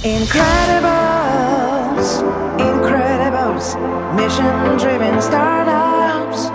Incredibles, Incredibles, mission-driven startups.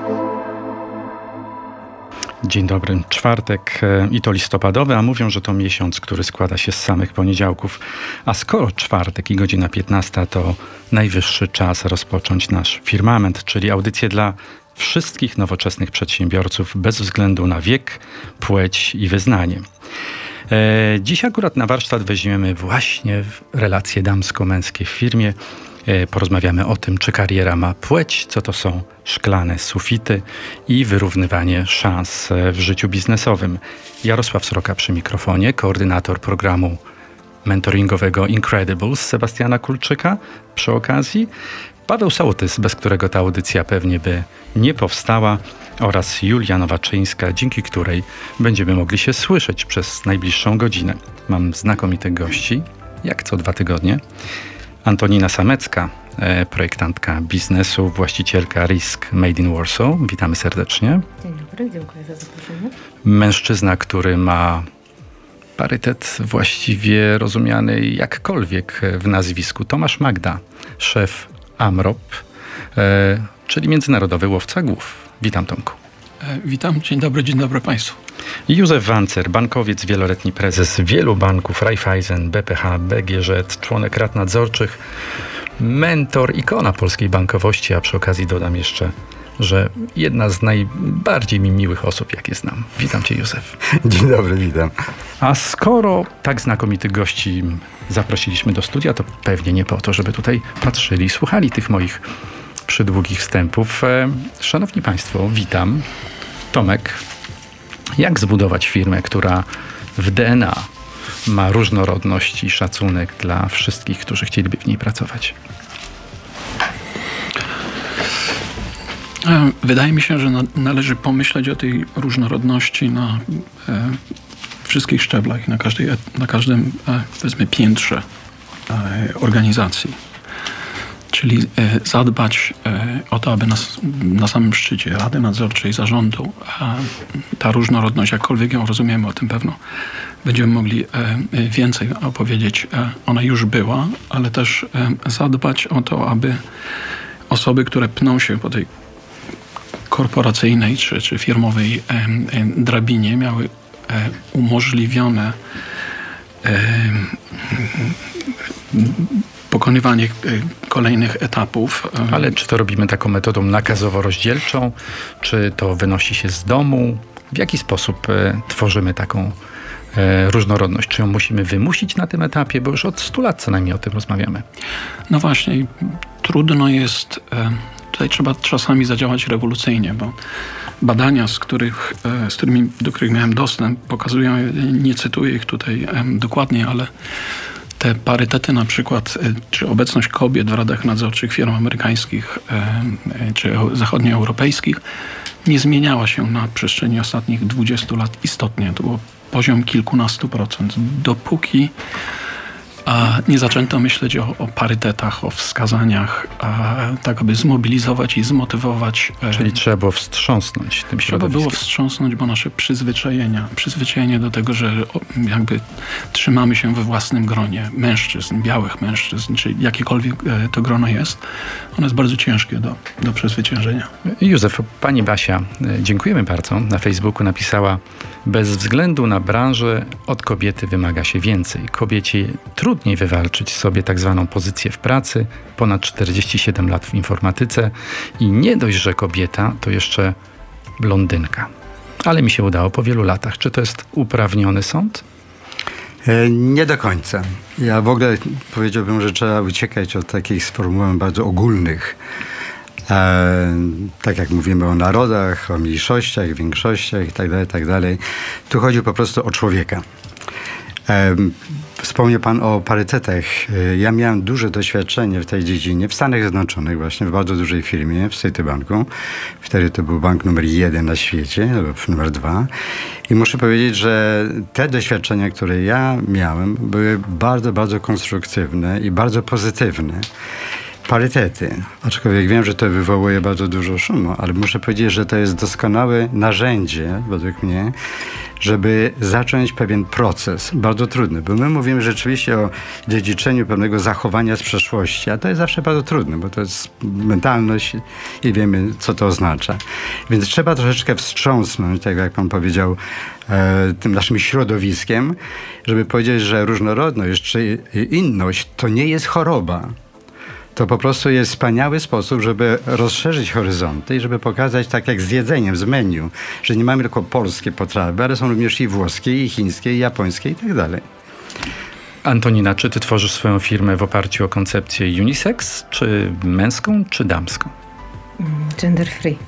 Dzień dobry. Czwartek i to listopadowy, a mówią, że to miesiąc, który składa się z samych poniedziałków. A skoro czwartek i godzina 15, to najwyższy czas rozpocząć nasz firmament, czyli audycję dla wszystkich nowoczesnych przedsiębiorców bez względu na wiek, płeć i wyznanie. Dziś akurat na warsztat weźmiemy właśnie relacje damsko-męskie w firmie. Porozmawiamy o tym, czy kariera ma płeć, co to są szklane sufity i wyrównywanie szans w życiu biznesowym. Jarosław Sroka przy mikrofonie, koordynator programu mentoringowego Incredibles Sebastiana Kulczyka przy okazji, Paweł Sołtys, bez którego ta audycja pewnie by nie powstała, oraz Julia Nowaczyńska, dzięki której będziemy mogli się słyszeć przez najbliższą godzinę. Mam znakomitych gości, jak co 2 tygodnie. Antonina Samecka, projektantka biznesu, właścicielka Risk Made in Warsaw. Witamy serdecznie. Dzień dobry, dziękuję za zaproszenie. Mężczyzna, który ma parytet właściwie rozumiany jakkolwiek w nazwisku. Tomasz Magda, szef AMROP, czyli Międzynarodowy Łowca Głów. Witam, Tomku. Witam, dzień dobry Państwu. Józef Wancer, bankowiec, wieloletni prezes wielu banków, Raiffeisen, BPH, BGŻ, członek rad nadzorczych, mentor, ikona polskiej bankowości, a przy okazji dodam jeszcze, że jedna z najbardziej mi miłych osób, jakie znam. Witam Cię, Józef. Dzień dobry, witam. A skoro tak znakomitych gości zaprosiliśmy do studia, to pewnie nie po to, żeby tutaj patrzyli i słuchali tych moich przydługich wstępów. Szanowni Państwo, witam. Tomek, jak zbudować firmę, która w DNA ma różnorodność i szacunek dla wszystkich, którzy chcieliby w niej pracować? Wydaje mi się, że należy pomyśleć o tej różnorodności na wszystkich szczeblach, na każdym, powiedzmy, piętrze organizacji. Czyli zadbać o to, aby na samym szczycie Rady Nadzorczej Zarządu ta różnorodność, jakkolwiek ją rozumiemy, o tym pewno będziemy mogli więcej opowiedzieć, ona już była, ale też zadbać o to, aby osoby, które pną się po tej korporacyjnej czy firmowej drabinie, miały umożliwione pokonywanie kolejnych etapów. Ale czy to robimy taką metodą nakazowo-rozdzielczą? Czy to wynosi się z domu? W jaki sposób tworzymy taką różnorodność? Czy ją musimy wymusić na tym etapie? Bo już od 100 lat co najmniej o tym rozmawiamy. No właśnie, trudno jest. Tutaj trzeba czasami zadziałać rewolucyjnie, bo badania, do których miałem dostęp, pokazują, nie cytuję ich tutaj dokładnie, ale te parytety na przykład, czy obecność kobiet w radach nadzorczych firm amerykańskich czy zachodnioeuropejskich nie zmieniała się na przestrzeni ostatnich 20 lat istotnie. To było poziom kilkunastu procent, dopóki nie zaczęto myśleć o parytetach, o wskazaniach, tak aby zmobilizować i zmotywować. Czyli trzeba było wstrząsnąć tym środowiskiem. Trzeba było wstrząsnąć, bo nasze przyzwyczajenie do tego, że jakby trzymamy się we własnym gronie mężczyzn, białych mężczyzn, czy jakiekolwiek to grono jest, ono jest bardzo ciężkie do przezwyciężenia. Józef, pani Basia, dziękujemy bardzo. Na Facebooku napisała: bez względu na branżę od kobiety wymaga się więcej. Kobiecie trudniej wywalczyć sobie tak zwaną pozycję w pracy, ponad 47 lat w informatyce i nie dość, że kobieta, to jeszcze blondynka. Ale mi się udało po wielu latach. Czy to jest uprawniony sąd? Nie do końca. Ja w ogóle powiedziałbym, że trzeba uciekać od takich sformułowań bardzo ogólnych. Tak jak mówimy o narodach, o mniejszościach, większościach itd. Tu chodzi po prostu o człowieka. Wspomniał pan o parytetach. Ja miałem duże doświadczenie w tej dziedzinie w Stanach Zjednoczonych, właśnie w bardzo dużej firmie, w Citibanku. Wtedy to był bank numer 1 na świecie, lub numer 2. I muszę powiedzieć, że te doświadczenia, które ja miałem, były bardzo, bardzo konstruktywne i bardzo pozytywne. parytety. Aczkolwiek wiem, że to wywołuje bardzo dużo szumu, ale muszę powiedzieć, że to jest doskonałe narzędzie, według mnie, żeby zacząć pewien proces, bardzo trudny, bo my mówimy rzeczywiście o dziedziczeniu pewnego zachowania z przeszłości, a to jest zawsze bardzo trudne, bo to jest mentalność i wiemy, co to oznacza. Więc trzeba troszeczkę wstrząsnąć, tak jak pan powiedział, tym naszym środowiskiem, żeby powiedzieć, że różnorodność czy inność to nie jest choroba. To po prostu jest wspaniały sposób, żeby rozszerzyć horyzonty i żeby pokazać, tak jak z jedzeniem, z menu, że nie mamy tylko polskie potrawy, ale są również i włoskie, i chińskie, i japońskie i tak dalej. Antonina, czy ty tworzysz swoją firmę w oparciu o koncepcję unisex, czy męską, czy damską? Gender free.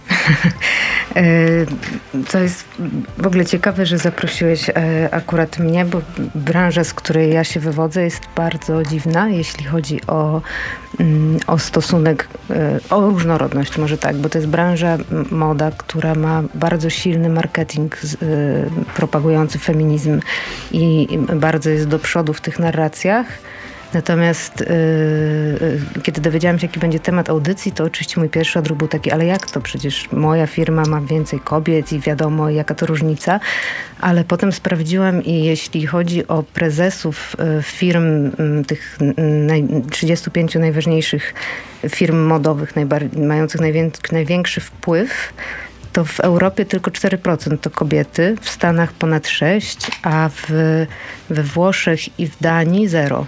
To jest w ogóle ciekawe, że zaprosiłeś akurat mnie, bo branża, z której ja się wywodzę, jest bardzo dziwna, jeśli chodzi o stosunek, o różnorodność, może tak, bo to jest branża moda, która ma bardzo silny marketing propagujący feminizm i bardzo jest do przodu w tych narracjach. Natomiast kiedy dowiedziałam się, jaki będzie temat audycji, to oczywiście mój pierwszy odruch był taki, ale jak to? Przecież moja firma ma więcej kobiet i wiadomo, jaka to różnica. Ale potem sprawdziłam i jeśli chodzi o prezesów firm, tych 35 najważniejszych firm modowych, mających największy wpływ, to w Europie tylko 4% to kobiety, w Stanach ponad 6%, a we Włoszech i w Danii 0%.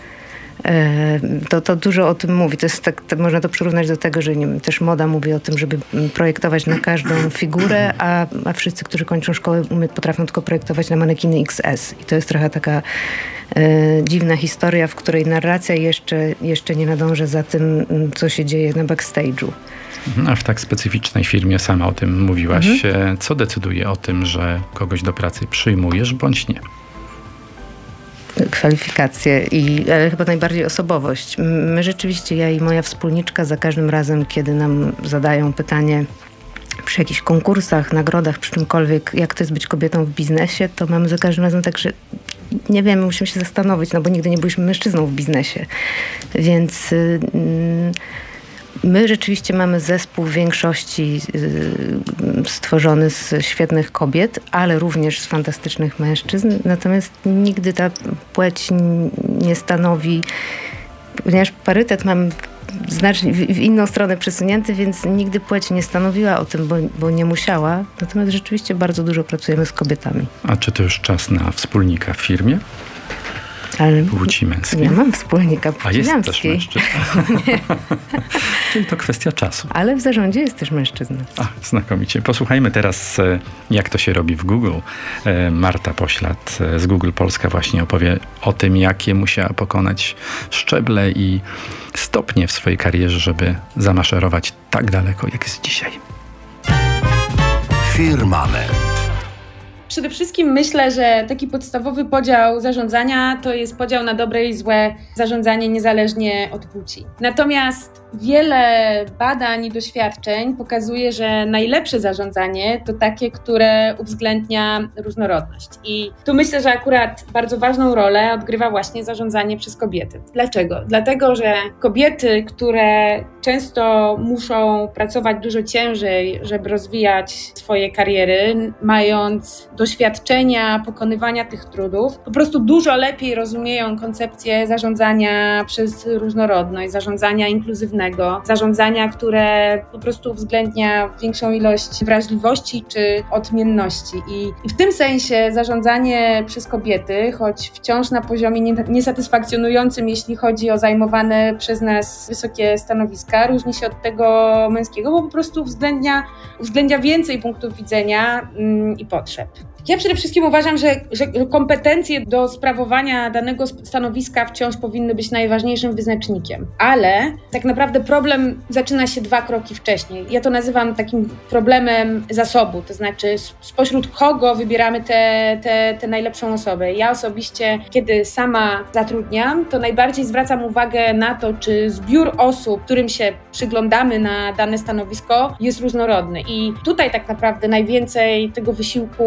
To dużo o tym mówi. To jest tak, można to przyrównać do tego, że nie wiem, też moda mówi o tym, żeby projektować na każdą figurę, a wszyscy, którzy kończą szkołę, potrafią tylko projektować na manekiny XS. I to jest trochę taka dziwna historia, w której narracja jeszcze nie nadąża za tym, co się dzieje na backstage'u. A w tak specyficznej firmie, sama o tym mówiłaś, co decyduje o tym, że kogoś do pracy przyjmujesz bądź nie? Kwalifikacje, ale chyba najbardziej osobowość. My rzeczywiście, ja i moja wspólniczka, za każdym razem, kiedy nam zadają pytanie przy jakichś konkursach, nagrodach, przy czymkolwiek, jak to jest być kobietą w biznesie, to mamy za każdym razem tak, że nie wiemy, musimy się zastanowić, no bo nigdy nie byliśmy mężczyzną w biznesie. Więc my rzeczywiście mamy zespół w większości stworzony z świetnych kobiet, ale również z fantastycznych mężczyzn. Natomiast nigdy ta płeć nie stanowi, ponieważ parytet mam znacznie w inną stronę przesunięty, więc nigdy płeć nie stanowiła o tym, bo nie musiała. Natomiast rzeczywiście bardzo dużo pracujemy z kobietami. A czy to już czas na wspólnika w firmie? Ale płci męskiej. Ja mam wspólnika płci jest damskiej. też mężczyzna. Czyli to kwestia czasu. Ale w zarządzie jest też mężczyzna. Znakomicie. Posłuchajmy teraz, jak to się robi w Google. Marta Poślad z Google Polska właśnie opowie o tym, jakie musiała pokonać szczeble i stopnie w swojej karierze, żeby zamaszerować tak daleko, jak jest dzisiaj. Firmament. Przede wszystkim myślę, że taki podstawowy podział zarządzania to jest podział na dobre i złe zarządzanie niezależnie od płci. Natomiast wiele badań i doświadczeń pokazuje, że najlepsze zarządzanie to takie, które uwzględnia różnorodność. I tu myślę, że akurat bardzo ważną rolę odgrywa właśnie zarządzanie przez kobiety. Dlaczego? Dlatego, że kobiety, które często muszą pracować dużo ciężej, żeby rozwijać swoje kariery, mając doświadczenia, pokonywania tych trudów, po prostu dużo lepiej rozumieją koncepcję zarządzania przez różnorodność, zarządzania inkluzywnego, zarządzania, które po prostu uwzględnia większą ilość wrażliwości czy odmienności. I w tym sensie zarządzanie przez kobiety, choć wciąż na poziomie niesatysfakcjonującym, jeśli chodzi o zajmowane przez nas wysokie stanowiska, różni się od tego męskiego, bo po prostu uwzględnia więcej punktów widzenia i potrzeb. Ja przede wszystkim uważam, że kompetencje do sprawowania danego stanowiska wciąż powinny być najważniejszym wyznacznikiem, ale tak naprawdę problem zaczyna się 2 kroki wcześniej. Ja to nazywam takim problemem zasobu, to znaczy spośród kogo wybieramy tę najlepszą osobę. Ja osobiście, kiedy sama zatrudniam, to najbardziej zwracam uwagę na to, czy zbiór osób, którym się przyglądamy na dane stanowisko, jest różnorodny. I tutaj tak naprawdę najwięcej tego wysiłku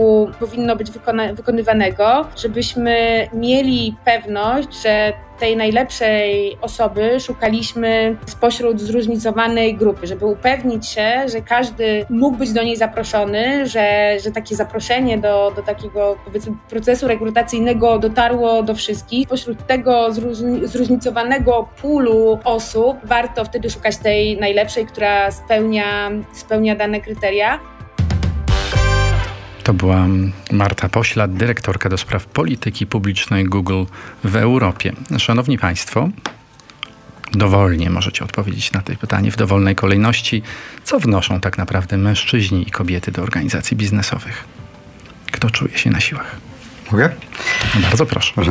powinno być wykonywanego, żebyśmy mieli pewność, że tej najlepszej osoby szukaliśmy spośród zróżnicowanej grupy, żeby upewnić się, że każdy mógł być do niej zaproszony, że takie zaproszenie do takiego, powiedzmy, procesu rekrutacyjnego dotarło do wszystkich. Pośród tego zróżnicowanego poolu osób warto wtedy szukać tej najlepszej, która spełnia dane kryteria. To była Marta Poślad, dyrektorka do spraw polityki publicznej Google w Europie. Szanowni Państwo, dowolnie możecie odpowiedzieć na to pytanie w dowolnej kolejności. Co wnoszą tak naprawdę mężczyźni i kobiety do organizacji biznesowych? Kto czuje się na siłach? Mogę? Bardzo proszę. Może.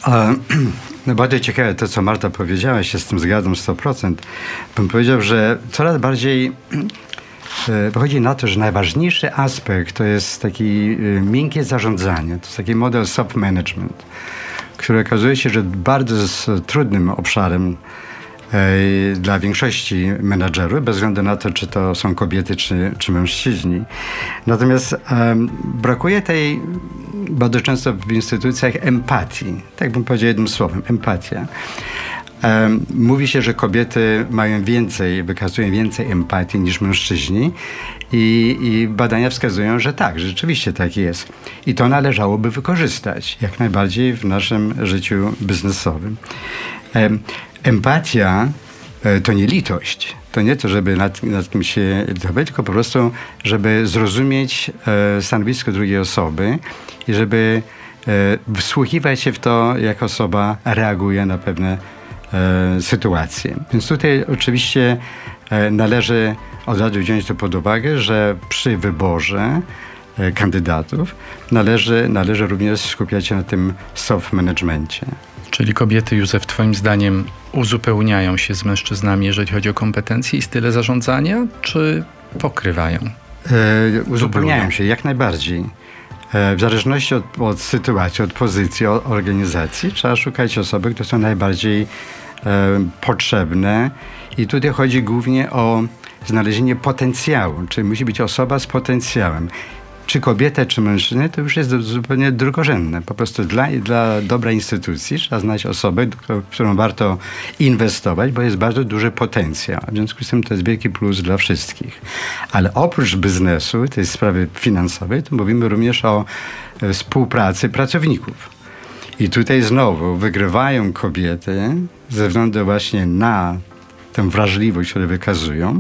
No bardzo ciekawe to, co Marta powiedziała, się z tym zgadzam 100%. Bym powiedział, że coraz bardziej wychodzi na to, że najważniejszy aspekt to jest taki miękkie zarządzanie. To jest taki model soft management, który okazuje się, że bardzo trudnym obszarem dla większości menadżerów, bez względu na to, czy to są kobiety, czy mężczyźni. Natomiast brakuje tej bardzo często w instytucjach empatii. Tak bym powiedział jednym słowem, empatia. Mówi się, że kobiety wykazują więcej empatii niż mężczyźni i badania wskazują, że tak, że rzeczywiście tak jest. I to należałoby wykorzystać jak najbardziej w naszym życiu biznesowym. Empatia to nie litość. To nie to, żeby nad kim się litować, tylko po prostu, żeby zrozumieć stanowisko drugiej osoby i żeby wsłuchiwać się w to, jak osoba reaguje na pewne sytuacje. Więc tutaj oczywiście należy od razu wziąć to pod uwagę, że przy wyborze kandydatów należy również skupiać się na tym soft managemencie. Czyli kobiety, Józef, twoim zdaniem uzupełniają się z mężczyznami, jeżeli chodzi o kompetencje i style zarządzania, czy pokrywają? Uzupełniają się, jak najbardziej. W zależności od sytuacji, od pozycji, od organizacji trzeba szukać osoby, które są najbardziej potrzebne i tutaj chodzi głównie o znalezienie potencjału, czyli musi być osoba z potencjałem. Czy kobieta, czy mężczyzna, to już jest zupełnie drugorzędne. Po prostu dla dobra instytucji trzeba znaleźć osobę, w którą warto inwestować, bo jest bardzo duży potencjał. W związku z tym to jest wielki plus dla wszystkich. Ale oprócz biznesu, tej sprawy finansowej, to mówimy również o współpracy pracowników. I tutaj znowu wygrywają kobiety ze względu właśnie na tę wrażliwość, którą wykazują.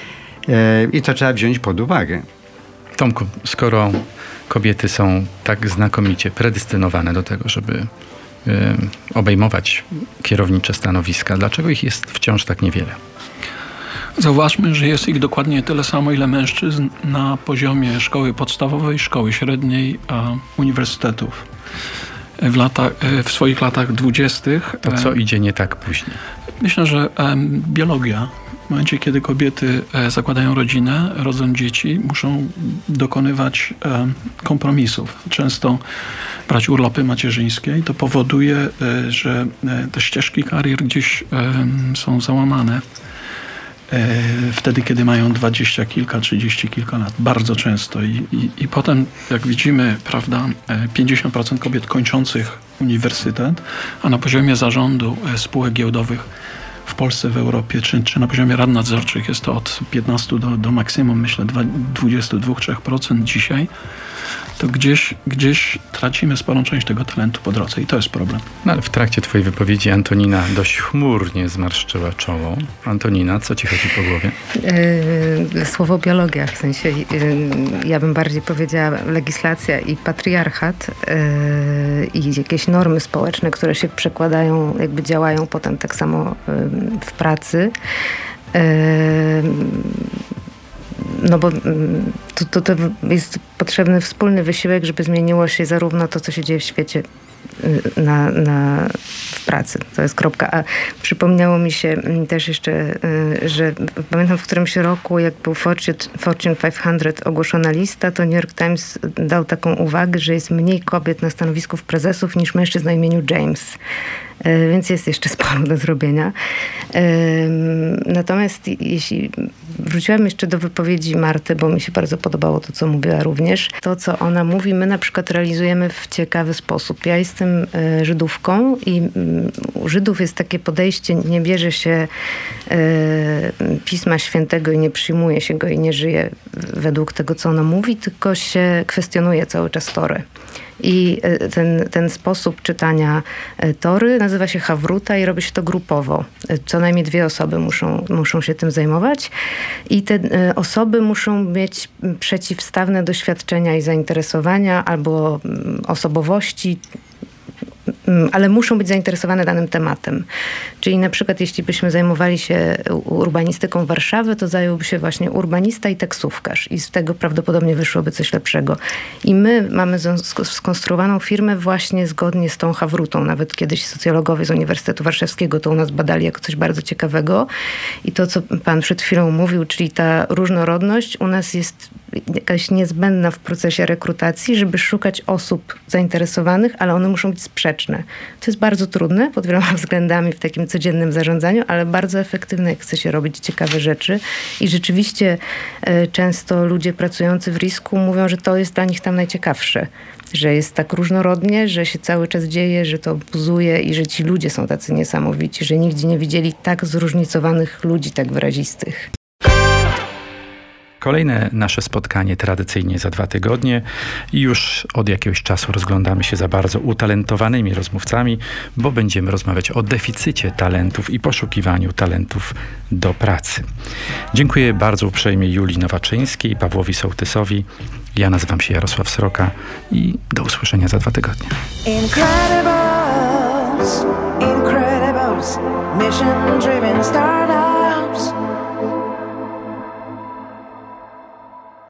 I to trzeba wziąć pod uwagę. Tomku, skoro kobiety są tak znakomicie predestynowane do tego, żeby obejmować kierownicze stanowiska, dlaczego ich jest wciąż tak niewiele? Zauważmy, że jest ich dokładnie tyle samo, ile mężczyzn na poziomie szkoły podstawowej, szkoły średniej, uniwersytetów. W swoich latach 20. To co idzie nie tak później? Myślę, że biologia. W momencie, kiedy kobiety zakładają rodzinę, rodzą dzieci, muszą dokonywać kompromisów. Często brać urlopy macierzyńskie i to powoduje, że te ścieżki karier gdzieś są załamane. Wtedy, kiedy mają 20 kilka, 30 kilka lat. Bardzo często. I potem, jak widzimy, prawda, 50% kobiet kończących uniwersytet, a na poziomie zarządu spółek giełdowych w Polsce, w Europie, czy na poziomie rad nadzorczych jest to od 15 do maksimum, myślę, 22-3% dzisiaj, to gdzieś tracimy sporą część tego talentu po drodze i to jest problem. No, ale w trakcie twojej wypowiedzi Antonina dość chmurnie zmarszczyła czoło. Antonina, co ci chodzi po głowie? Słowo biologia, w sensie ja bym bardziej powiedziała legislacja i patriarchat i jakieś normy społeczne, które się przekładają, jakby działają potem tak samo w pracy. No bo to jest potrzebny wspólny wysiłek, żeby zmieniło się zarówno to, co się dzieje w świecie w pracy. To jest kropka. A przypomniało mi się też jeszcze, że pamiętam w którymś roku, jak był Fortune 500 ogłoszona lista, to New York Times dał taką uwagę, że jest mniej kobiet na stanowisku prezesów niż mężczyzn na imieniu James. więc jest jeszcze sporo do zrobienia. Natomiast jeśli wróciłam jeszcze do wypowiedzi Marty, bo mi się bardzo podobało to, co mówiła również. To, co ona mówi, my na przykład realizujemy w ciekawy sposób. Ja jestem Żydówką i u Żydów jest takie podejście, nie bierze się Pisma Świętego i nie przyjmuje się go i nie żyje według tego, co ono mówi, tylko się kwestionuje cały czas Torę. I ten sposób czytania Tory nazywa się hawruta i robi się to grupowo. Co najmniej 2 osoby muszą się tym zajmować i te osoby muszą mieć przeciwstawne doświadczenia i zainteresowania albo osobowości, ale muszą być zainteresowane danym tematem. Czyli na przykład jeśli byśmy zajmowali się urbanistyką Warszawy, to zająłby się właśnie urbanista i taksówkarz i z tego prawdopodobnie wyszłoby coś lepszego. I my mamy skonstruowaną firmę właśnie zgodnie z tą hawrutą. Nawet kiedyś socjologowie z Uniwersytetu Warszawskiego to u nas badali jako coś bardzo ciekawego. I to, co pan przed chwilą mówił, czyli ta różnorodność u nas jest jakaś niezbędna w procesie rekrutacji, żeby szukać osób zainteresowanych, ale one muszą być sprzeczne. To jest bardzo trudne pod wieloma względami w takim codziennym zarządzaniu, ale bardzo efektywne, jak chce się robić ciekawe rzeczy. I rzeczywiście często ludzie pracujący w RISK-u mówią, że to jest dla nich tam najciekawsze. Że jest tak różnorodnie, że się cały czas dzieje, że to buzuje i że ci ludzie są tacy niesamowici, że nigdzie nie widzieli tak zróżnicowanych ludzi, tak wyrazistych. Kolejne nasze spotkanie tradycyjnie za 2 tygodnie i już od jakiegoś czasu rozglądamy się za bardzo utalentowanymi rozmówcami, bo będziemy rozmawiać o deficycie talentów i poszukiwaniu talentów do pracy. Dziękuję bardzo uprzejmie Julii Nowaczyńskiej i Pawłowi Sołtysowi. Ja nazywam się Jarosław Sroka i do usłyszenia za 2 tygodnie. Incredibles, Incredibles, mission-driven startup.